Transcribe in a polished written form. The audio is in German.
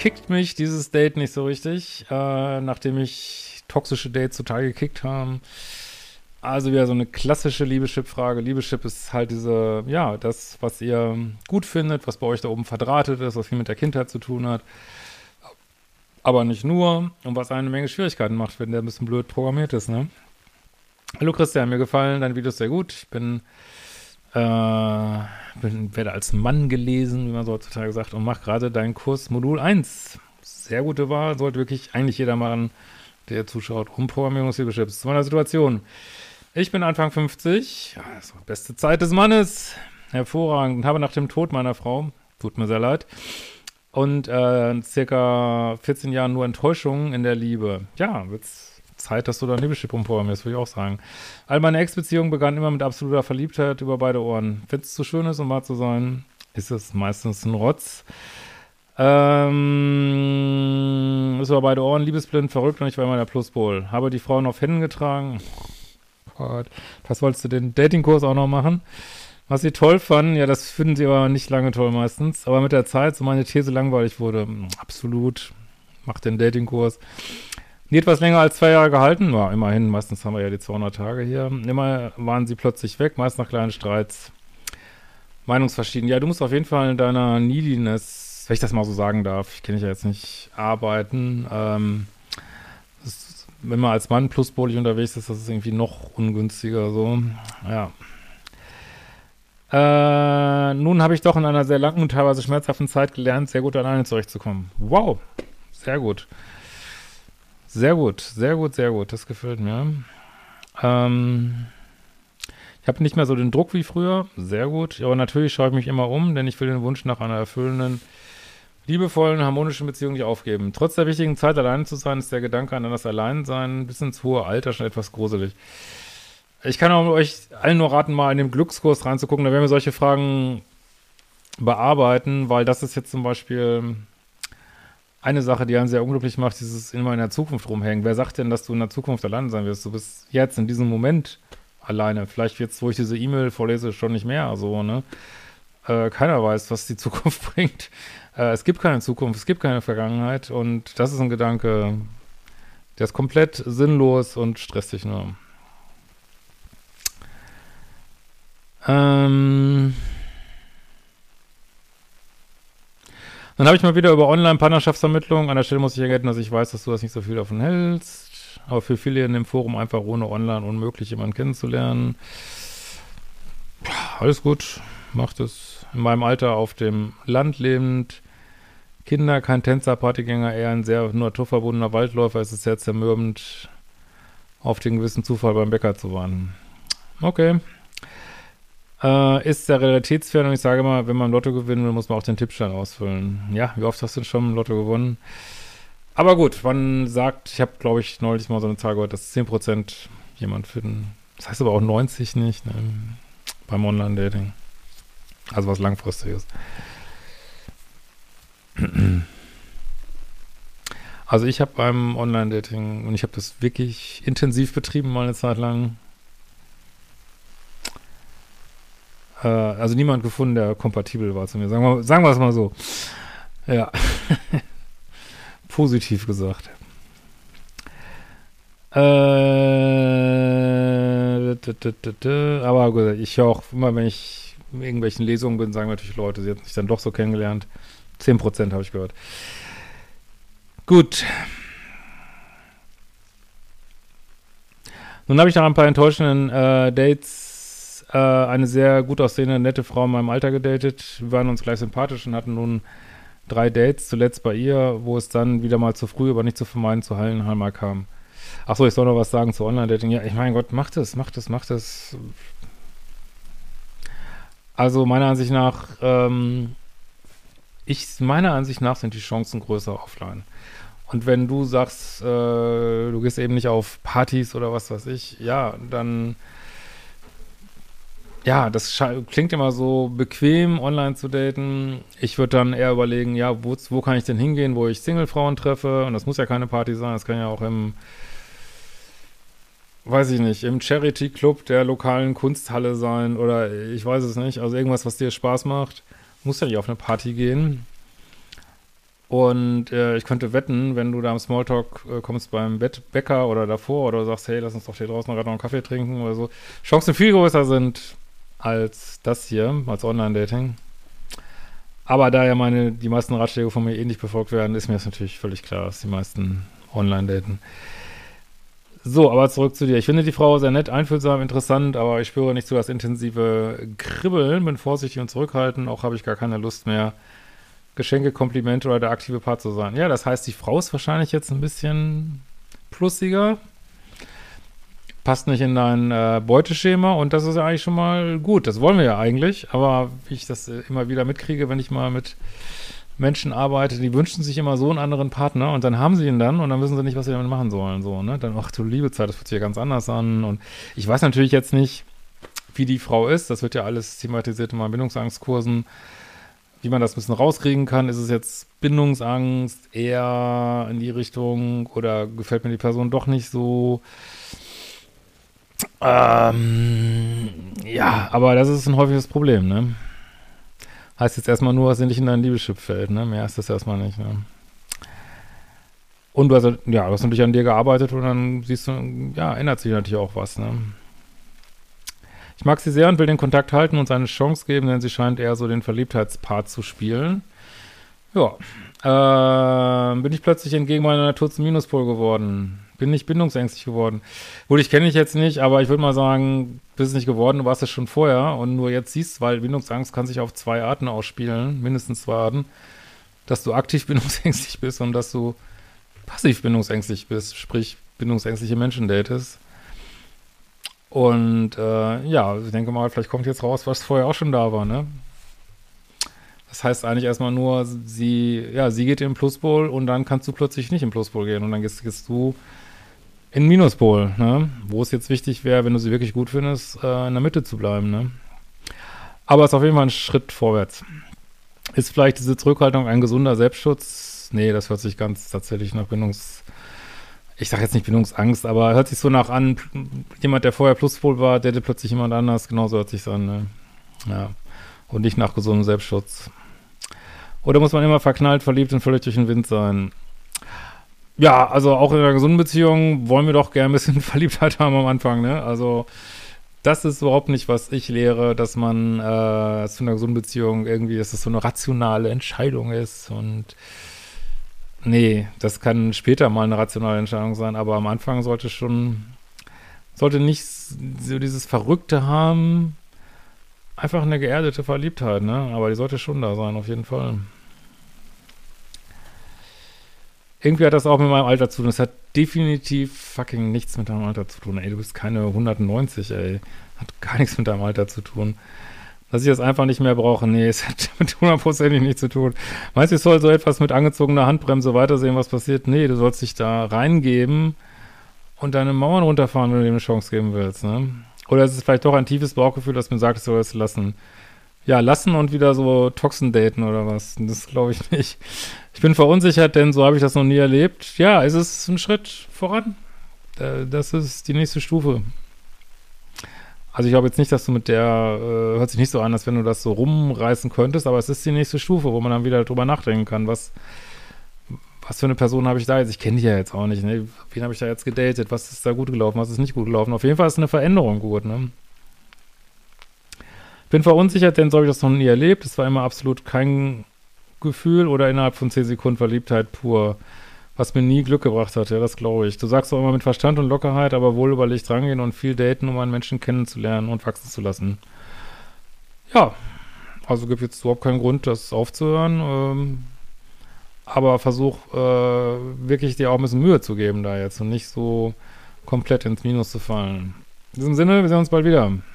kickt mich dieses Date nicht so richtig, nachdem mich toxische Dates total gekickt haben. Also wieder so eine klassische Liebeschip-Frage. Liebeschip ist halt diese, ja, das, was ihr gut findet, was bei euch da oben verdrahtet ist, was viel mit der Kindheit zu tun hat. Aber nicht nur. Und was eine Menge Schwierigkeiten macht, wenn der ein bisschen blöd programmiert ist, ne? Hallo Christian, mir gefallen deine Videos sehr gut. Ich werde als Mann gelesen, wie man so heutzutage sagt, und mache gerade deinen Kurs Modul 1. Sehr gute Wahl, sollte wirklich eigentlich jeder machen, der zuschaut. Umprogrammierungshilfe zu meiner Situation. Ich bin Anfang 50, ja, das ist die beste Zeit des Mannes. Hervorragend. Und habe nach dem Tod meiner Frau, tut mir sehr leid, und circa 14 Jahren nur Enttäuschungen in der Liebe. Ja, wird's Zeit, dass du dein Liebeschip umprogrammierst, würde ich auch sagen. All meine Ex-Beziehungen begannen immer mit absoluter Verliebtheit über beide Ohren. Wenn es zu schön ist, um wahr zu sein, ist es meistens ein Rotz. Ist über beide Ohren liebesblind, verrückt und ich war immer der Pluspol. Habe die Frauen auf Händen getragen. Gott, was wolltest du den Datingkurs auch noch machen? Was sie toll fanden, ja, das finden sie aber nicht lange toll meistens. Aber mit der Zeit, so meine These langweilig wurde, absolut, mach den Datingkurs. Nie etwas länger als 2 Jahre gehalten, ja, immerhin, meistens haben wir ja die 200 Tage hier. Immer waren sie plötzlich weg, meist nach kleinen Streits. Meinungsverschieden. Ja, du musst auf jeden Fall in deiner Neediness, wenn ich das mal so sagen darf, ich kenne dich ja jetzt nicht, arbeiten. Wenn man als Mann pluspolig unterwegs ist, das ist irgendwie noch ungünstiger so. Ja. Nun habe ich doch in einer sehr langen und teilweise schmerzhaften Zeit gelernt, sehr gut alleine zurechtzukommen. Wow, sehr gut. Sehr gut, sehr gut, sehr gut. Das gefällt mir. Ich habe nicht mehr so den Druck wie früher. Sehr gut. Aber natürlich schaue ich mich immer um, denn ich will den Wunsch nach einer erfüllenden, liebevollen, harmonischen Beziehung nicht aufgeben. Trotz der wichtigen Zeit, alleine zu sein, ist der Gedanke an das Alleinsein bis ins hohe Alter schon etwas gruselig. Ich kann auch euch allen nur raten, mal in den Glückskurs reinzugucken. Da werden wir solche Fragen bearbeiten, weil das ist jetzt zum Beispiel eine Sache, die einen sehr unglücklich macht, dieses immer in der Zukunft rumhängen. Wer sagt denn, dass du in der Zukunft alleine sein wirst? Du bist jetzt in diesem Moment alleine. Vielleicht jetzt, wo ich diese E-Mail vorlese, schon nicht mehr. So, ne? Keiner weiß, was die Zukunft bringt. Es gibt keine Zukunft, es gibt keine Vergangenheit. Und das ist ein Gedanke, der ist komplett sinnlos und stresst dich nur. Dann habe ich mal wieder über Online-Partnerschaftsvermittlung. An der Stelle muss ich ergänzen, dass ich weiß, dass du das nicht so viel davon hältst. Aber für viele in dem Forum einfach ohne Online unmöglich, jemanden kennenzulernen. Ja, alles gut, macht es. In meinem Alter auf dem Land lebend, Kinder, kein Tänzer, Partygänger, eher ein sehr naturverbundener Waldläufer. Es ist sehr zermürbend, auf den gewissen Zufall beim Bäcker zu warten. Okay. Ist der realitätsfern und ich sage immer, wenn man im Lotto gewinnen will, muss man auch den Tippschein ausfüllen. Ja, wie oft hast du denn schon im Lotto gewonnen? Aber gut, man sagt, ich habe, glaube ich, neulich mal so eine Zahl gehört, dass 10% jemand finden. Das heißt aber auch 90 nicht, ne? Beim Online-Dating. Also was Langfristiges. Also ich habe beim Online-Dating, und ich habe das wirklich intensiv betrieben mal eine Zeit lang, also niemand gefunden, der kompatibel war zu mir. Sagen wir es mal so. Ja. Positiv gesagt. Aber gut, ich höre auch immer, wenn ich in irgendwelchen Lesungen bin, sagen natürlich Leute, sie hätten sich dann doch so kennengelernt. 10% habe ich gehört. Gut. Nun habe ich nach ein paar enttäuschenden Dates eine sehr gut aussehende, nette Frau in meinem Alter gedatet. Wir waren uns gleich sympathisch und hatten nun 3 Dates, zuletzt bei ihr, wo es dann wieder mal zu früh, aber nicht zu vermeiden, zu Hallenhalmer kam. Achso, ich soll noch was sagen zu Online-Dating. Ja, ich meine Gott, macht es. Also meiner Ansicht nach sind die Chancen größer offline. Und wenn du sagst, du gehst eben nicht auf Partys oder was weiß ich, ja, dann ja, das klingt immer so bequem, online zu daten. Ich würde dann eher überlegen, ja, wo kann ich denn hingehen, wo ich Single-Frauen treffe? Und das muss ja keine Party sein, das kann ja auch weiß ich nicht, im Charity-Club der lokalen Kunsthalle sein oder ich weiß es nicht. Also irgendwas, was dir Spaß macht. Muss ja nicht auf eine Party gehen. Und ich könnte wetten, wenn du da im Smalltalk kommst beim Bäcker oder davor oder sagst, hey, lass uns doch hier draußen gerade noch einen Kaffee trinken oder so, Chancen viel größer sind als das hier, als Online-Dating. Aber da ja die meisten Ratschläge von mir eh nicht befolgt werden, ist mir das natürlich völlig klar, dass die meisten online daten. So, aber zurück zu dir. Ich finde die Frau sehr nett, einfühlsam, interessant, aber ich spüre nicht so das intensive Kribbeln, bin vorsichtig und zurückhaltend, auch habe ich gar keine Lust mehr, Geschenke, Komplimente oder der aktive Part zu sein. Ja, das heißt, die Frau ist wahrscheinlich jetzt ein bisschen plussiger, passt nicht in dein Beuteschema und das ist ja eigentlich schon mal gut. Das wollen wir ja eigentlich, aber wie ich das immer wieder mitkriege, wenn ich mal mit Menschen arbeite, die wünschen sich immer so einen anderen Partner und dann haben sie ihn dann und dann wissen sie nicht, was sie damit machen sollen. So, ne? Dann, ach du liebe Zeit, das fühlt sich ja ganz anders an. Und ich weiß natürlich jetzt nicht, wie die Frau ist. Das wird ja alles thematisiert in meinen Bindungsangstkursen. Wie man das ein bisschen rauskriegen kann, ist es jetzt Bindungsangst eher in die Richtung oder gefällt mir die Person doch nicht so? Ja, aber das ist ein häufiges Problem, ne? Heißt jetzt erstmal nur, dass sie nicht in dein Liebeschip fällt, ne? Mehr ist das erstmal nicht, ne? Und du hast, ja, du hast natürlich an dir gearbeitet und dann siehst du, ja, ändert sich natürlich auch was, ne? Ich mag sie sehr und will den Kontakt halten und seine Chance geben, denn sie scheint eher so den Verliebtheitspart zu spielen. Ja, bin ich plötzlich entgegen meiner Natur zum Minuspol geworden. Bin nicht bindungsängstlich geworden. Gut, ich kenne dich jetzt nicht, aber ich würde mal sagen, bist es nicht geworden, du warst es schon vorher und nur jetzt siehst, weil Bindungsangst kann sich auf zwei Arten ausspielen, mindestens zwei Arten, dass du aktiv bindungsängstlich bist und dass du passiv bindungsängstlich bist, sprich bindungsängstliche Menschen datest. Und ja, ich denke mal, vielleicht kommt jetzt raus, was vorher auch schon da war, ne? Das heißt eigentlich erstmal nur, sie geht in den Pluspol und dann kannst du plötzlich nicht in den Pluspol gehen und dann gehst du in den Minuspol, ne? Wo es jetzt wichtig wäre, wenn du sie wirklich gut findest, in der Mitte zu bleiben, ne? Aber es ist auf jeden Fall ein Schritt vorwärts. Ist vielleicht diese Zurückhaltung ein gesunder Selbstschutz? Nee, das hört sich ganz tatsächlich nach ich sage jetzt nicht Bindungsangst, aber hört sich so nach an, jemand, der vorher Pluspol war, der hätte plötzlich jemand anders, genauso hört sich an, ne? Ja. Und nicht nach gesundem Selbstschutz. Oder muss man immer verknallt, verliebt und völlig durch den Wind sein? Ja, also auch in einer gesunden Beziehung wollen wir doch gerne ein bisschen Verliebtheit haben am Anfang, ne? Also das ist überhaupt nicht, was ich lehre, dass man zu einer gesunden Beziehung irgendwie, dass das so eine rationale Entscheidung ist und nee, das kann später mal eine rationale Entscheidung sein, aber am Anfang sollte nicht so dieses Verrückte haben, einfach eine geerdete Verliebtheit, ne? Aber die sollte schon da sein, auf jeden Fall. Irgendwie hat das auch mit meinem Alter zu tun. Das hat definitiv fucking nichts mit deinem Alter zu tun. Ey, du bist keine 190, ey. Hat gar nichts mit deinem Alter zu tun. Dass ich das einfach nicht mehr brauche, nee, es hat mit 100% nichts zu tun. Meinst du, ich soll so etwas mit angezogener Handbremse weitersehen, was passiert? Nee, du sollst dich da reingeben und deine Mauern runterfahren, wenn du dem eine Chance geben willst, ne? Oder ist es vielleicht doch ein tiefes Bauchgefühl, das mir sagt, ich soll es lassen? Ja, lassen und wieder so Toxen daten oder was? Das glaube ich nicht. Ich bin verunsichert, denn so habe ich das noch nie erlebt. Ja, es ist ein Schritt voran. Das ist die nächste Stufe. Also ich glaube jetzt nicht, dass du mit der, hört sich nicht so an, als wenn du das so rumreißen könntest, aber es ist die nächste Stufe, wo man dann wieder drüber nachdenken kann, was für eine Person habe ich da jetzt? Ich kenne die ja jetzt auch nicht, ne? Wen habe ich da jetzt gedatet? Was ist da gut gelaufen? Was ist nicht gut gelaufen? Auf jeden Fall ist eine Veränderung gut, ne? Bin verunsichert, denn so habe ich das noch nie erlebt. Es war immer absolut kein Gefühl oder innerhalb von 10 Sekunden Verliebtheit pur, was mir nie Glück gebracht hat, ja, das glaube ich. Du sagst auch immer mit Verstand und Lockerheit, aber wohl überlegt rangehen und viel daten, um einen Menschen kennenzulernen und wachsen zu lassen. Ja, also gibt jetzt überhaupt keinen Grund, das aufzuhören, aber versuch wirklich dir auch ein bisschen Mühe zu geben da jetzt und nicht so komplett ins Minus zu fallen. In diesem Sinne, wir sehen uns bald wieder.